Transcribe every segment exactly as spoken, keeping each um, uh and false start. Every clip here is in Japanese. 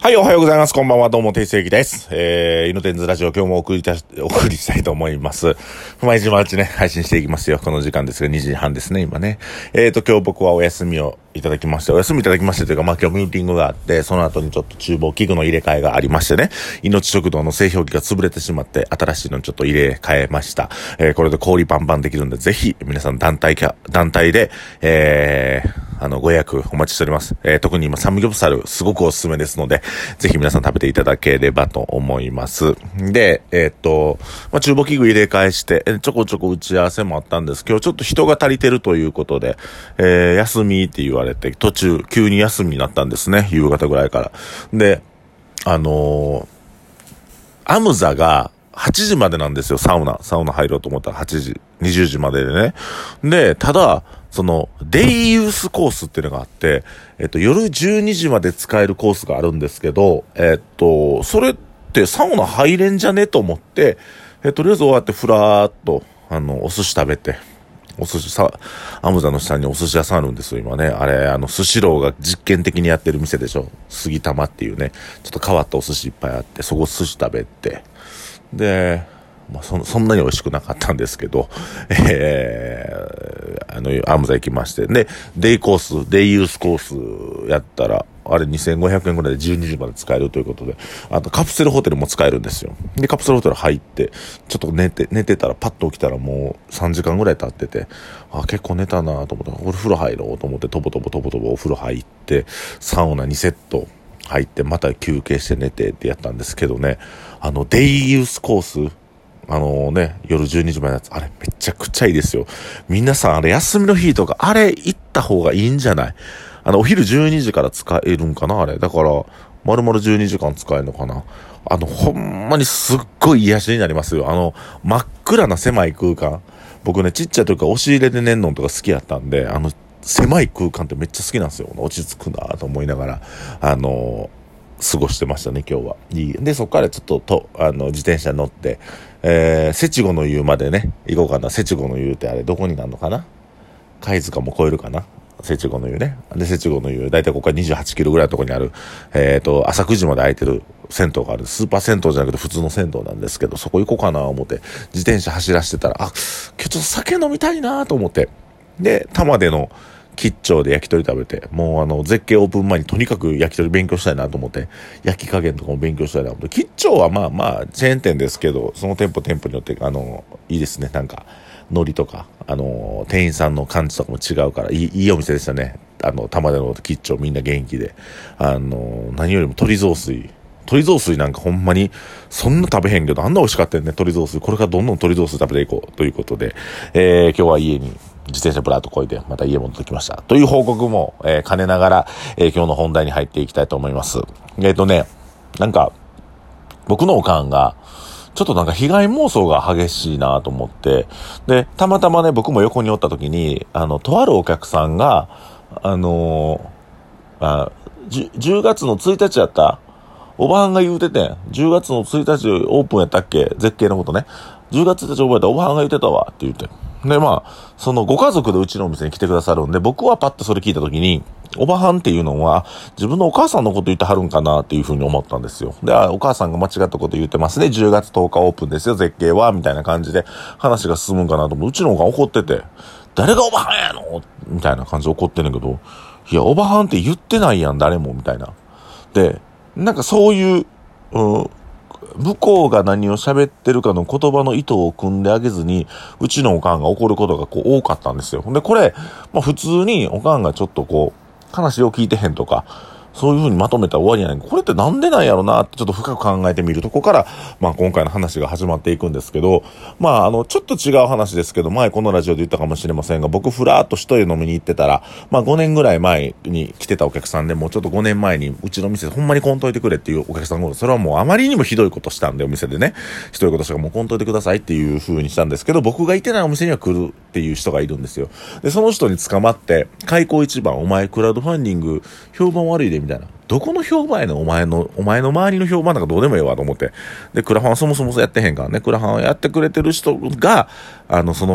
はい、おはようございます。こんばんは。どうも、定世紀です。えー、イノテンズラジオ今日もお送りたし、お送りしたいと思います。毎日毎日ね、配信していきますよ。この時間ですが、にじはんですね、今ね。えーと、今日僕はお休みをいただきまして、お休みいただきましてというか、まあ今日ミーティングがあって、その後にちょっと厨房器具の入れ替えがありましてね、命食堂の製氷機が潰れてしまって、新しいのにちょっと入れ替えました。えー、これで氷パンパンできるんで、ぜひ、皆さん団体キャ、団体で、えー、あの、ご予約お待ちしております。えー、特に今、サムギョプサル、すごくおすすめですので、ぜひ皆さん食べていただければと思います。で、えー、っと、まあ、厨房器具入れ替えして、ちょこちょこ打ち合わせもあったんです。今日ちょっと人が足りてるということで、えー、休みって言われて、途中、急に休みになったんですね。夕方ぐらいから。で、あのー、アムザが、はちじまでなんですよ、サウナ。サウナ入ろうと思ったらはちじ、にじゅうじまででね。で、ただ、その、デイユースコースっていうのがあって、えっと、夜じゅうにじまで使えるコースがあるんですけど、えっと、それってサウナ入れんじゃねと思って、えとりあえず終わってふらーっと、あの、お寿司食べて、お寿司さ、アムザの下にお寿司屋さんあるんですよ、今ね。あれ、あの、スシローが実験的にやってる店でしょ。杉玉っていうね、ちょっと変わったお寿司いっぱいあって、そこ寿司食べて、で、まあ、そ、そんなに美味しくなかったんですけど、えー、あの、アムザ行きまして、で、デイコース、デイユースコースやったら、あれにせんごひゃくえんぐらいでじゅうにじまで使えるということで、あとカプセルホテルも使えるんですよ。で、カプセルホテル入って、ちょっと寝て、寝てたらパッと起きたらもうさんじかんぐらい経ってて、あ、結構寝たなと思って、俺風呂入ろうと思って、とぼとぼとぼとぼお風呂入って、サウナにセット入って、また休憩して寝てってやったんですけどね、あの、デイユースコース、あのね、夜じゅうにじまでのやつ、あれめちゃくちゃいいですよ。皆さんあれ休みの日とか、あれ行った方がいいんじゃない？あの、お昼じゅうにじから使えるんかなあれ。だから、丸々じゅうにじかん使えるのかな。あの、ほんまにすっごい癒しになりますよ。あの、真っ暗な狭い空間。僕ね、ちっちゃい時から押し入れで寝んのとか好きやったんで、あの、狭い空間ってめっちゃ好きなんですよ。落ち着くなと思いながら、あの、過ごしてましたね、今日は。いい。で、そこからちょっと、と、あの、自転車乗って、えー、セチゴの湯までね、行こうかな。セチゴの湯ってあれ、どこになるのかな？貝塚も超えるかな？セチゴの湯ね。で、セチゴの湯、だいたいここからにじゅうはちキロぐらいのところにある、えっと、朝くじまで空いてる銭湯がある。スーパー銭湯じゃなくて普通の銭湯なんですけど、そこ行こうかな思って、自転車走らせてたら、あ、今日ちょっと酒飲みたいなと思って。で、玉での、吉兆で焼き鳥食べて、もうあの、絶景オープン前にとにかく焼き鳥勉強したいなと思って、焼き加減とかも勉強したいなと思って、吉兆はまあまあ、チェーン店ですけど、その店舗店舗によって、あの、いいですね、なんか、海苔とか、あの、店員さんの感じとかも違うから、いい、いいお店でしたね。あの、玉での吉兆みんな元気で。あの、何よりも鶏雑炊。鶏雑炊なんかほんまに、そんな食べへんけど、あんな美味しかったよね、鶏雑炊。これからどんどん鶏雑炊食べていこうということで、えー、今日は家に、自転車ブラーっとこいで、また家戻ってきました。という報告も、えー、兼ねながら、えー、今日の本題に入っていきたいと思います。えっとね、なんか、僕のおかんが、ちょっとなんか被害妄想が激しいなと思って、で、たまたまね、僕も横におった時に、あの、とあるお客さんが、あのー、あ、じゅうがつのついたちやったおばはんが言うてて、じゅうがつのついたちオープンやったっけ絶景のことね。じゅうがつついたち覚えたおばはんが言うてたわって言って。で、まあ、そのご家族でうちのお店に来てくださるんで、僕はパッとそれ聞いたときに、おばはんっていうのは、自分のお母さんのこと言ってはるんかなっていうふうに思ったんですよ。で、お母さんが間違ったこと言ってますね。じゅうがつとおかオープンですよ、絶景は、みたいな感じで話が進むんかなと思う。うちのおかん怒ってて、誰がおばはんやのみたいな感じで怒ってんねんけど、いや、おばはんって言ってないやん、誰も、みたいな。で、なんかそういう、うん、向こうが何を喋ってるかの言葉の意図を組んであげずに、うちのおかんが怒ることがこう多かったんですよ。で、これ、まあ普通におかんがちょっとこう、話を聞いてへんとか、そういう風にまとめたら終わりやないか。これってなんでなんやろなってちょっと深く考えてみるとこから、まあ今回の話が始まっていくんですけど、まああの、ちょっと違う話ですけど、前このラジオで言ったかもしれませんが、僕ふらーっと一人飲みに行ってたら、まあごねんぐらい前に来てたお客さんでもうちょっとごねんまえにうちの店ほんまに来んといてくれっていうお客さんが、それはもうあまりにもひどいことしたんで、お店でね、ひどいことしたからもう来んといてくださいっていう風にしたんですけど、僕がいてないお店には来るっていう人がいるんですよ。で、その人に捕まって、開口一番、お前クラウドファンディング評判悪いでみたいな。どこの評判やねんお前の、お前の周りの評判なんかどうでもいいわと思って。で、クラファンそもそもやってへんからね。クラファンやってくれてる人が、あの、その、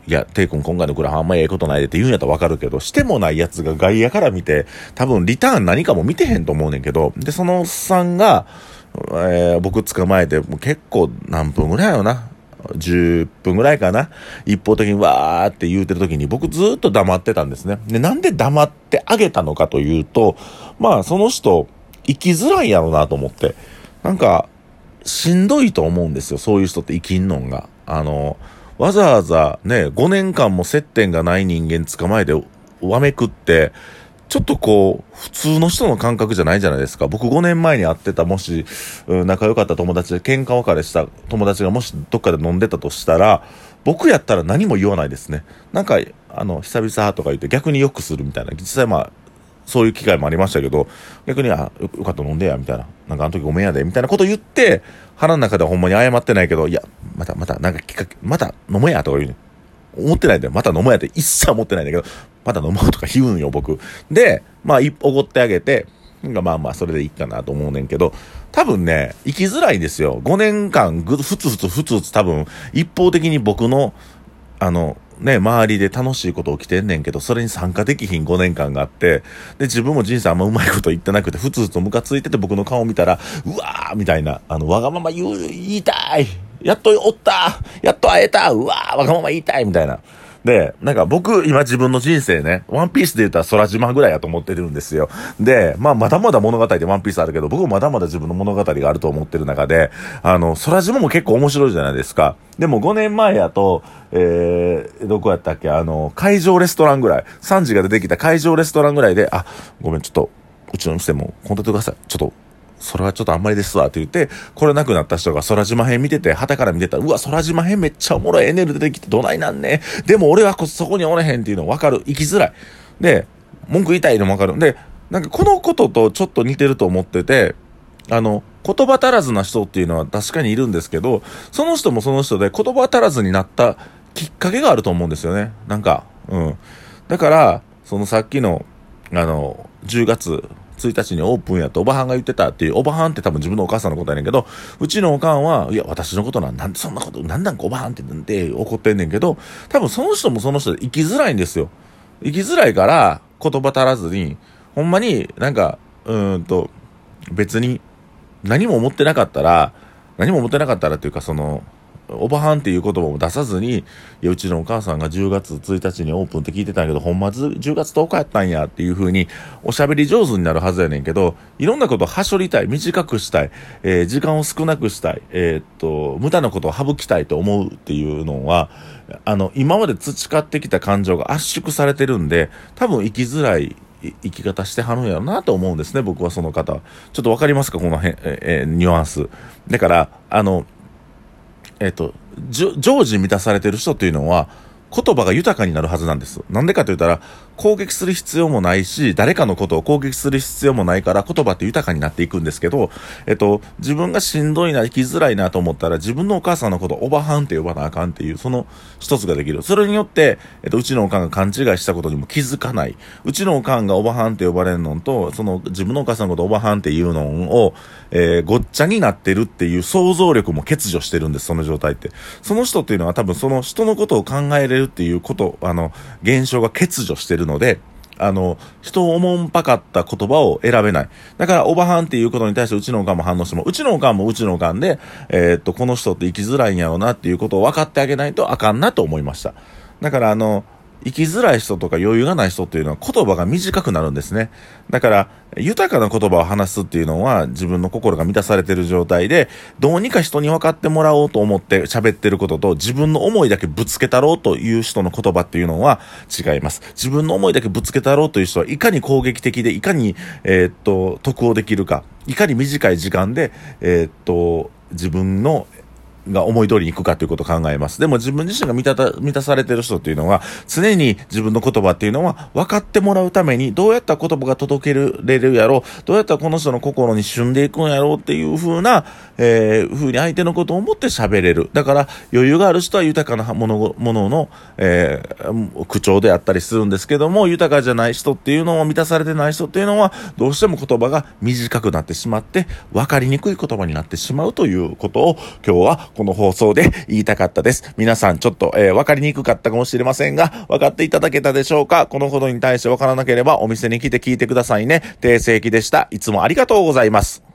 いや、テイ君今回のクラファンあんまええことないでって言うんやったらわかるけど、してもないやつが外野から見て、多分リターン何かも見てへんと思うねんけど、で、そのおっさんが、えー、僕捕まえて、もう結構何分ぐらいやろな。じゅっぷんぐらいかな。一方的にわーって言うてる時に僕ずーっと黙ってたんですね。で、なんで黙ってあげたのかというと、まあその人、生きづらいんやろうなと思って。なんか、しんどいと思うんですよ。そういう人って生きんのんが。あの、わざわざね、ごねんかんも接点がない人間捕まえてわめくって、ちょっとこう、普通の人の感覚じゃないじゃないですか。僕ごねんまえに会ってた、もし、うん、仲良かった友達で喧嘩別れした友達がもしどっかで飲んでたとしたら、僕やったら何も言わないですね。なんか、あの、久々とか言って逆によくするみたいな。実際まあ、そういう機会もありましたけど、逆に、あ、よかった飲んでや、みたいな。なんかあの時ごめんやで、みたいなこと言って、腹の中ではほんまに謝ってないけど、いや、また、また、なんかきっかけ、また飲もうや、とか言うね。思ってないんだよ。また飲もうやって一切思ってないんだけど、また飲もうとか言うんよ、僕。で、まあ、おごってあげて、まあまあ、それでいいかなと思うねんけど、多分ね、生きづらいんですよ。ごねんかん、ぐ、ふつふつふつふつ多分、一方的に僕の、あの、ね、周りで楽しいこと起きてんねんけど、それに参加できひんごねんかんがあって、で、自分も人生あんまうまいこと言ってなくて、ふつふつとムカついてて僕の顔見たら、うわーみたいな、あの、わがまま言う、言いたいやっとおったやっと会えたうわーわがまま言いたいみたいな。で、なんか僕、今自分の人生ね、ワンピースで言ったら空島ぐらいやと思ってるんですよ。で、まあまだまだ物語でワンピースあるけど、僕もまだまだ自分の物語があると思ってる中で、あの、空島も結構面白いじゃないですか。でもごねんまえやと、えー、どこやったっけ、あの、会場レストランぐらい、サンジが出てきた会場レストランぐらいで、あ、ごめん、ちょっと、うちの店もコンタクトください。ちょっと、それはちょっとあんまりですわって言って、これなくなった人が空島編見てて、旗から見てたら、うわ、空島編めっちゃおもろいエネル出てきてどないなんね。でも俺はこそこにおれへんっていうの分かる。生きづらい。で、文句言いたいのも分かる。で、なんかこのこととちょっと似てると思ってて、あの、言葉足らずな人っていうのは確かにいるんですけど、その人もその人で言葉足らずになったきっかけがあると思うんですよね。なんか、うん。だから、そのさっきの、あの、じゅうがつ、ついたちにオープンやとおばはんが言ってたっていう、おばはんって多分自分のお母さんのことやねんけど、うちのおかんは、いや、私のことなん、なんでそんなこと、なんなんかおばはんってなんで怒ってんねんけど、多分その人もその人で生きづらいんですよ。生きづらいから、言葉足らずに、ほんまになんか、うーんと、別に何も思ってなかったら、何も思ってなかったらっていうか、その、おばはんっていう言葉も出さずに、いや、うちのお母さんがじゅうがつついたちにオープンって聞いてたんやけど、ほんまじゅうがつとおかやったんやっていう風に、おしゃべり上手になるはずやねんけど、いろんなことをはしょりたい、短くしたい、えー、時間を少なくしたい、えー、っと、無駄なことを省きたいと思うっていうのは、あの、今まで培ってきた感情が圧縮されてるんで、多分生きづらい、生き方してはるんやろなと思うんですね、僕はその方。ちょっとわかりますか、この辺、えー、ニュアンス。だから、あの、えっと、常時満たされてる人っていうのは、言葉が豊かになるはずなんです。なんでかと言ったら、攻撃する必要もないし、誰かのことを攻撃する必要もないから、言葉って豊かになっていくんですけど、えっと、自分がしんどいな、生きづらいなと思ったら、自分のお母さんのことをおばはんって呼ばなあかんっていう、その一つができる。それによって、えっと、うちのおかんが勘違いしたことにも気づかない。うちのおかんがおばはんって呼ばれるのと、その自分のお母さんのことをおばはんっていうのを、えー、ごっちゃになってるっていう想像力も欠如してるんです、その状態って。その人っていうのは多分その人のことを考えれるっていうこと、あの、現象が欠如してるので、あの、人をおもんぱかった言葉を選べない。だから、おばはんっていうことに対してうちのおかんも反応しても、うちのおかんもうちのおかんで、えー、っと、この人って生きづらいんやろうなっていうことを分かってあげないとあかんなと思いました。だから、あの、生きづらい人とか余裕がない人っていうのは言葉が短くなるんですね。だから、豊かな言葉を話すっていうのは自分の心が満たされている状態で、どうにか人に分かってもらおうと思って喋ってることと、自分の思いだけぶつけたろうという人の言葉っていうのは違います。自分の思いだけぶつけたろうという人はいかに攻撃的で、いかに、えー、っと、得をできるか、いかに短い時間で、えー、っと、自分のが思い通りに行くかということを考えます。でも自分自身が満たた、満たされている人っていうのは、常に自分の言葉っていうのは分かってもらうために、どうやったら言葉が届けれるやろう、どうやったらこの人の心に旬でいくんやろうっていう風な、えー、風に相手のことを思って喋れる。だから余裕がある人は豊かなもの、ものの、えー、口調であったりするんですけども、豊かじゃない人っていうのを満たされてない人っていうのは、どうしても言葉が短くなってしまって、分かりにくい言葉になってしまうということを、今日はこの放送で言いたかったです。皆さんちょっと、えー、わかりにくかったかもしれませんが、分かっていただけたでしょうか。このことに対してわからなければお店に来て聞いてくださいね。訂正記でした。いつもありがとうございます。